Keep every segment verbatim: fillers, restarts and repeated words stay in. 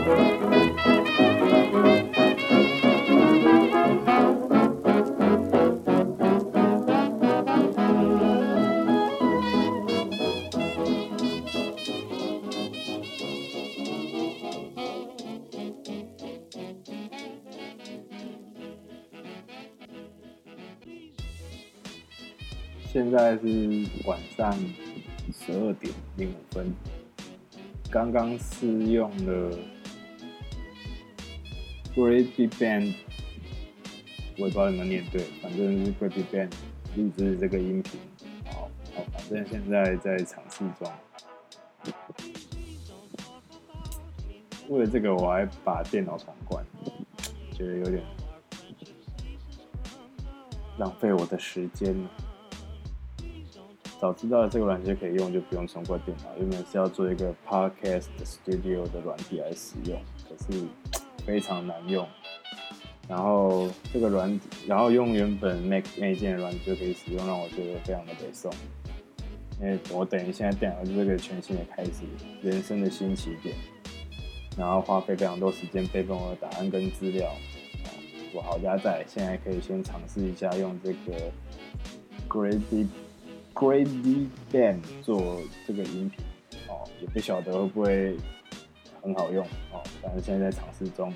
现在是晚上十二点零五分，刚刚试用了 Great Big Bang， 我也不知道有没有念对，反正是 Great Big Bang 录制这个音频。好，好，反正现在在尝试中。为了这个，我还把电脑重灌，觉得有点浪费我的时间。早知道这个软件可以用，就不用重灌电脑。原本是要做一个 Podcast Studio 的软体来使用，可是非常难用。然后这个软体，然后用原本 Mac 内建的软体就可以使用，让我觉得非常的北宋。因为我等于现在电脑这个全新的开始，人生的新起点，然后花费非常多时间备份我的档案跟资料。我好家在，现在可以先尝试一下用这个 Great Great Big Bang 做这个音频哦，也不晓得会不会很好用哦，反正现在在尝试中。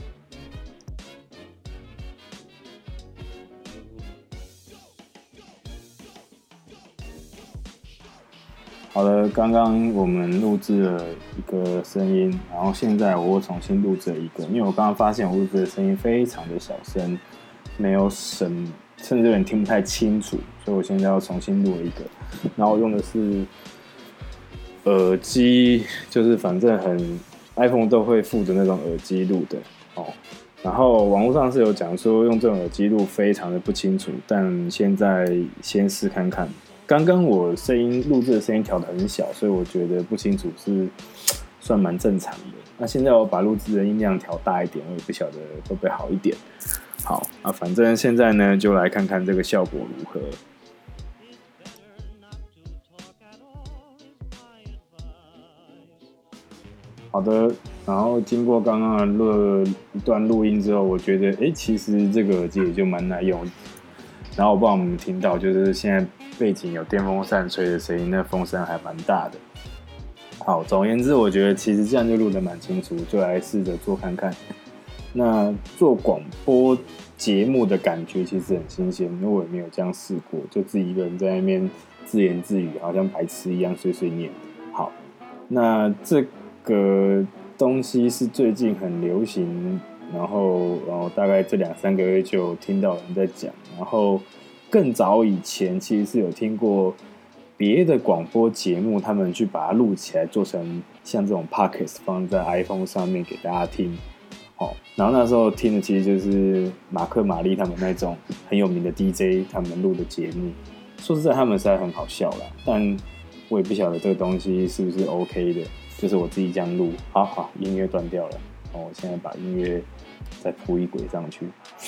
好的，刚刚我们录制了一个声音，然后现在我又重新录制了一个，因为我刚刚发现我录制的声音非常的小声，没有省。甚至有点听不太清楚，所以我现在要重新录一个。然后我用的是耳机，就是反正很 iPhone 都会附的那种耳机录的哦。然后网络上是有讲说用这种耳机录非常的不清楚，但现在先试看看。刚刚我声音录制的声音调得很小，所以我觉得不清楚是算蛮正常的。那现在我把录制的音量调大一点，我也不晓得会不会好一点。好啊，反正现在呢，就来看看这个效果如何。好的，然后经过刚刚的录一段录音之后，我觉得，哎，其实这个耳机也就蛮耐用。然后我不知道我们听到，就是现在背景有电风扇吹的声音，那风扇还蛮大的。好，总而言之，我觉得其实这样就录得蛮清楚，就来试着做看看。那做广播节目的感觉其实很新鲜，因为我也没有这样试过，就自己一个人在那边自言自语，好像白痴一样碎碎念。好，那这个东西是最近很流行，然后然后大概这两三个月就有听到人在讲，然后更早以前其实是有听过别的广播节目，他们去把它录起来，做成像这种 podcast 放在 iPhone 上面给大家听。哦，然后那时候听的其实就是马克玛丽他们那种很有名的 D J 他们录的节目，说实在他们实在很好笑啦，但我也不晓得这个东西是不是 OK 的，就是我自己这样录。好好，音乐断掉了，哦，我现在把音乐再铺一轨上去。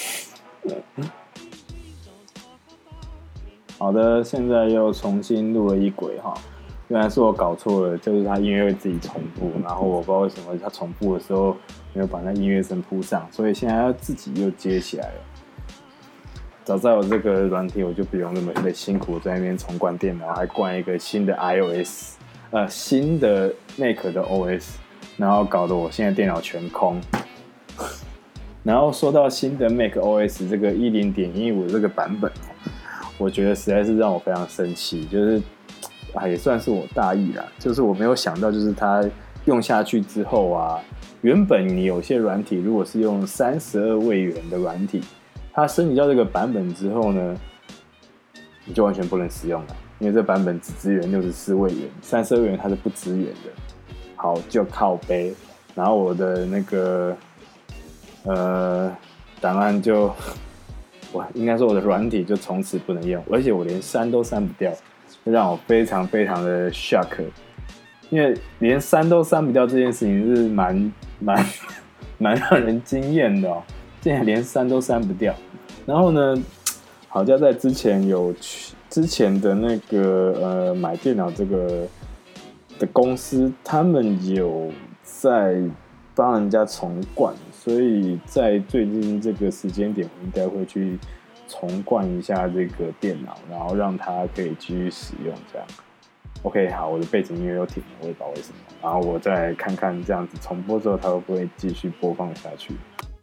好的，现在又重新录了一轨哈。原来是我搞错了，就是它音乐会自己重复，然后我不知道为什么它重复的时候没有把那音乐声铺上，所以现在要自己又接起来了。早知道有这个软体，我就不用那么的辛苦在那边重灌电脑，还灌一个新的 iOS， 呃，新的 Mac 的 O S， 然后搞得我现在电脑全空。然后说到新的 Mac O S 这个 十点一五 这个版本，我觉得实在是让我非常生气，就是啊，也算是我大意啦，就是我没有想到，就是它用下去之后啊，原本你有些软体如果是用三十二位元的软体，它升级到这个版本之后呢，你就完全不能使用了，因为这版本只支援六十四位元，三十二位元它是不支援的。好，就靠背，然后我的那个呃档案就，我应该说我的软体就从此不能用，而且我连删都删不掉。让我非常非常的 shock， 因为连删都删不掉这件事情是蛮蛮蛮让人惊艳的哦，竟然连删都删不掉。然后呢，好像在之前有之前的那个呃买电脑这个的公司，他们有在帮人家重灌，所以在最近这个时间点，我应该会去重灌一下这个电脑，然后让它可以继续使用这样。OK， 好，我的背景音乐又停了，我也不知道为什么。然后我再看看这样子重播之后，它会不会继续播放下去？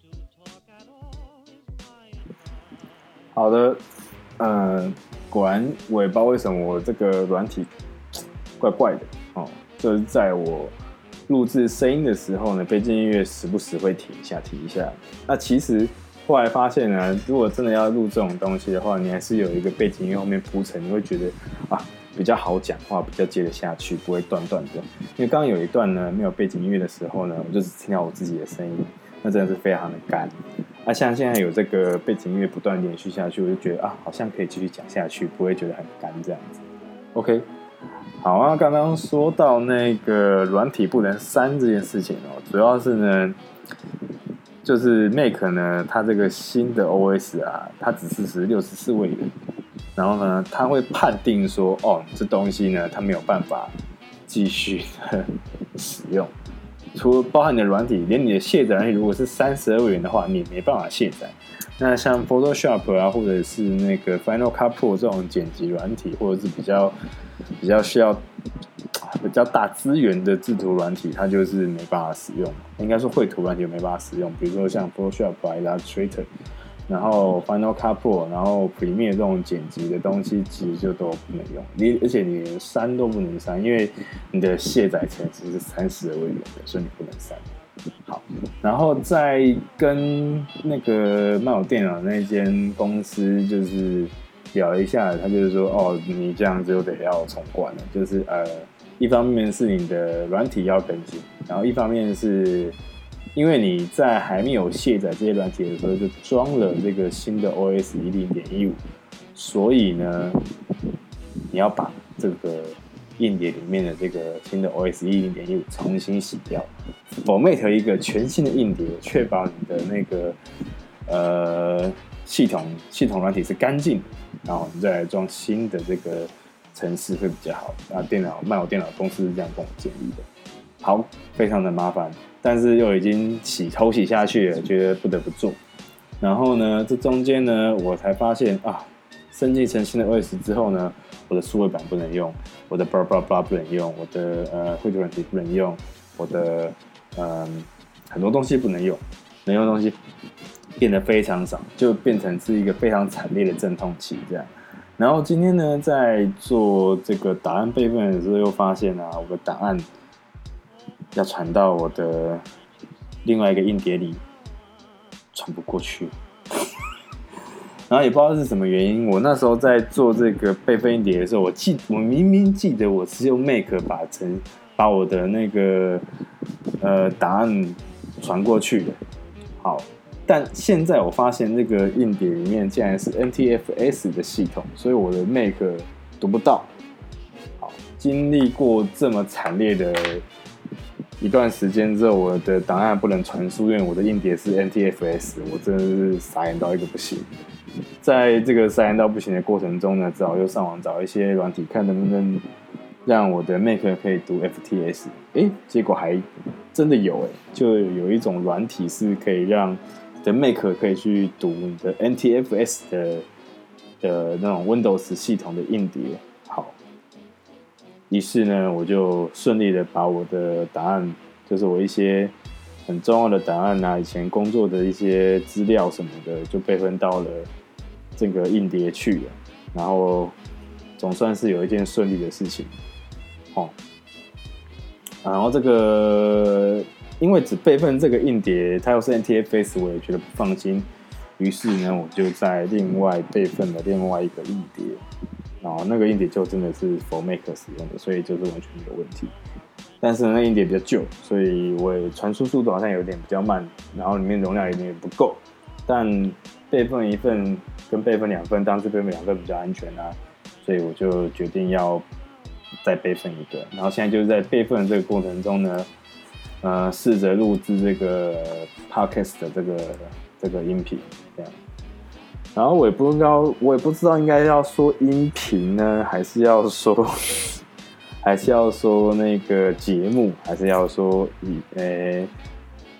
好的，呃，果然我也不知道为什么我这个软体怪怪的哦，就是在我录制声音的时候呢，背景音乐时不时会停一下，停一下。那其实后来发现呢，如果真的要录这种东西的话，你还是有一个背景音乐后面铺陈，你会觉得啊。比较好讲话，比较接得下去，不会断断的。因为刚刚有一段呢，没有背景音乐的时候呢，我就只听到我自己的声音，那真的是非常的干。啊，像现在有这个背景音乐不断连续下去，我就觉得啊，好像可以继续讲下去，不会觉得很干这样子。OK， 好啊，刚刚说到那个软体不能删这件事情哦，主要是呢，就是 Mac 呢，它这个新的 O S 啊，它只支持六十四位元。然后呢，他会判定说，哦，这东西呢，它没有办法继续的使用。除了包含你的软体，连你的卸载软体，如果是三十二元的话，你也没办法卸载。那像 Photoshop 啊，或者是那个 Final Cut Pro 这种剪辑软体，或者是比较比较需要比较大资源的制图软体，它就是没办法使用。应该说绘图软体没办法使用，比如说像 Photoshop、Illustrator。然后 Final Cut Pro， 然后 Premiere 这种剪辑的东西，其实就都不能用，你而且你连删都不能删，因为你的卸载层只是三十二位元的，所以你不能删。好，然后再跟那个卖我电脑那间公司就是聊一下，他就是说，哦，你这样子就得要重灌了，就是呃，一方面是你的软体要更新，然后一方面是。因为你在还没有卸载这些软体的时候，就装了这个新的 O S 十零点一五，所以呢，你要把这个硬碟里面的这个新的 O S 十零点一五重新洗掉 ，format 一个全新的硬碟，确保你的那个呃系统系统软体是干净的，然后你再来装新的这个程式会比较好。那电脑卖我电脑公司是这样跟我建议的。好，非常的麻烦，但是又已经洗头洗下去了，觉得不得不做。然后呢，这中间呢，我才发现啊，升级成新的 O S 之后呢，我的数位板不能用，我的 blah blah blah 不能用，我的呃绘图软体不能用，我的嗯很多东西不能用，能用的东西变得非常少，就变成是一个非常惨烈的阵痛期这样。然后今天呢，在做这个档案备份的时候，又发现啊，我的档案。要传到我的另外一个硬碟里，传不过去，然后也不知道是什么原因。我那时候在做这个备份硬碟的时候，我记我明明记得我是用 Mac 把成把我的那个呃档案传过去的。好，但现在我发现这个硬碟里面竟然是 N T F S 的系统，所以我的 Mac 读不到。好，经历过这么惨烈的。一段时间之后，我的档案不能传输，因为我的硬碟是 N T F S， 我真的是傻眼到一个不行。在这个傻眼到不行的过程中呢，只好又上网找一些软体，看能不能让我的 Mac 可以读 F T S。哎，结果还真的有哎，就有一种软体是可以让你的 Mac 可以去读你的 N T F S 的的那种 Windows 系统的硬碟。好。于是呢，我就顺利的把我的档案，就是我一些很重要的档案啊，以前工作的一些资料什么的，就备份到了这个硬碟去了。然后总算是有一件顺利的事情，哦。然后这个因为只备份这个硬碟，它又是 N T F S， 我也觉得不放心。于是呢，我就在另外备份了另外一个硬碟。然后那个硬碟就真的是 for Mac 使用的，所以就是完全没有问题。但是呢，那硬碟比较旧，所以我也传输速度好像有点比较慢，然后里面容量有点不够。但备份一份跟备份两份，当然是备份两份比较安全啊，所以我就决定要再备份一个。然后现在就是在备份的这个过程中呢，呃，试着录制这个 podcast 的这个这个音频这样。然后我也不知道，我也不知道应该要说音频呢，还是要说，还是要说那个节目，还是要说以呃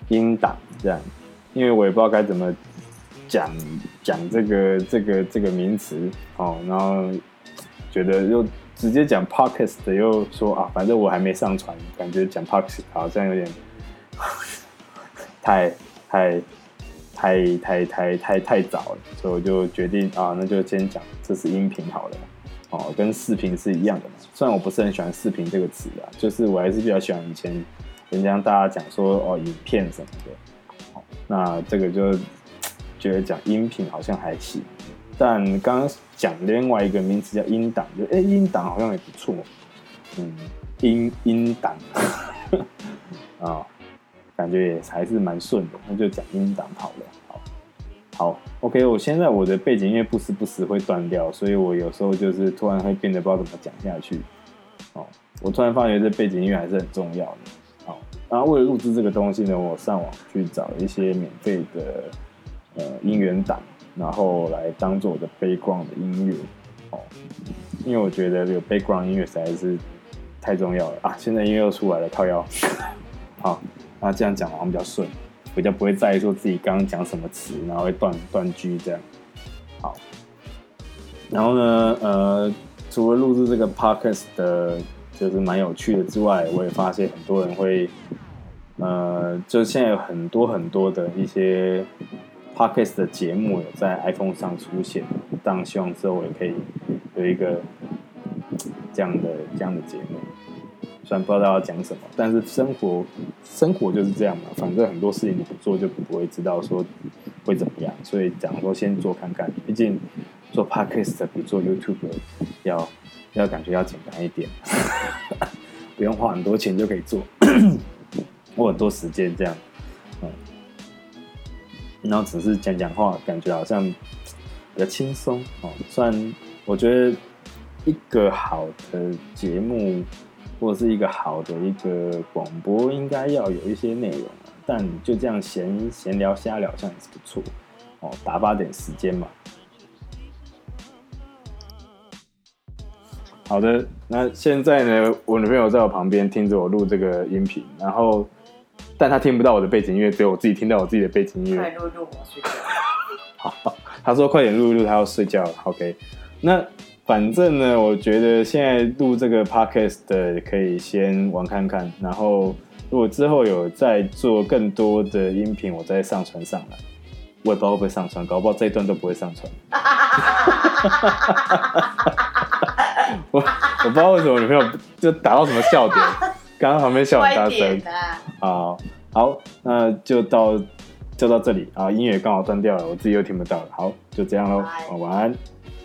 音档这样，因为我也不知道该怎么讲讲这个这个这个名词哦，然后觉得又直接讲 podcast 的又说啊，反正我还没上传，感觉讲 podcast 好像有点太太太太太太太早了，所以我就决定啊，那就先讲这是音频好了。哦，跟视频是一样的嘛。虽然我不是很喜欢视频这个词啊，就是我还是比较喜欢以前人家大家讲说哦影片什么的。哦，那这个就觉得讲音频好像还行，但刚刚讲另外一个名词叫音档，就哎音档好像也不错。嗯，音音档啊，感觉也还是蛮顺的，那就讲音档好了。好。好 ，OK， 我现在我的背景音乐不时不时会断掉，所以我有时候就是突然会变得不知道怎么讲下去。哦，我突然发觉这背景音乐还是很重要的。好，然后为了录制这个东西呢，我上网去找一些免费的呃音源档，然后来当做我的 background 的音乐。哦，因为我觉得有 background 音乐实在是太重要了啊！现在音乐又出来了，靠腰。好，那这样讲好像比较顺。比较不会在意说自己刚刚讲什么词，然后会断断句这样。好，然后呢，呃，除了录制这个 podcast 的，就是蛮有趣的之外，我也发现很多人会，呃，就现在有很多很多的一些 podcast 的节目有在 iPhone 上出现，当然希望之后我也可以有一个这样的这样的节目。虽然不知道要讲什么，但是生活生活就是这样嘛，反正很多事情你不做就不会知道说会怎么样，所以讲说先做看看，毕竟做 podcast 比做 YouTube 要要感觉要简单一点，不用花很多钱就可以做，或很多时间这样，嗯，然后只是讲讲话，感觉好像比较轻松哦。虽然我觉得一个好的节目。或者是一个好的一个广播，应该要有一些内容啊，但就这样闲闲聊瞎聊，好像也是不错哦，打发点时间嘛。好的，那现在呢，我女朋友在我旁边听着我录这个音频，然后但她听不到我的背景音乐，只有我自己听到我自己的背景音乐。 快录录，我睡觉。 好，她说快点录录，她要睡觉了。OK， 那。反正呢，我觉得现在录这个 podcast 的可以先玩看看，然后如果之后有再做更多的音频，我再上传上来。我也不知道会不会上传，搞不好这一段都不会上传。我我不知道为什么我女朋友就达到什么笑点，刚刚旁边笑很大声。好，好，那就到就到这里啊，音乐刚好断掉了，我自己又听不到了。好，就这样咯，晚安。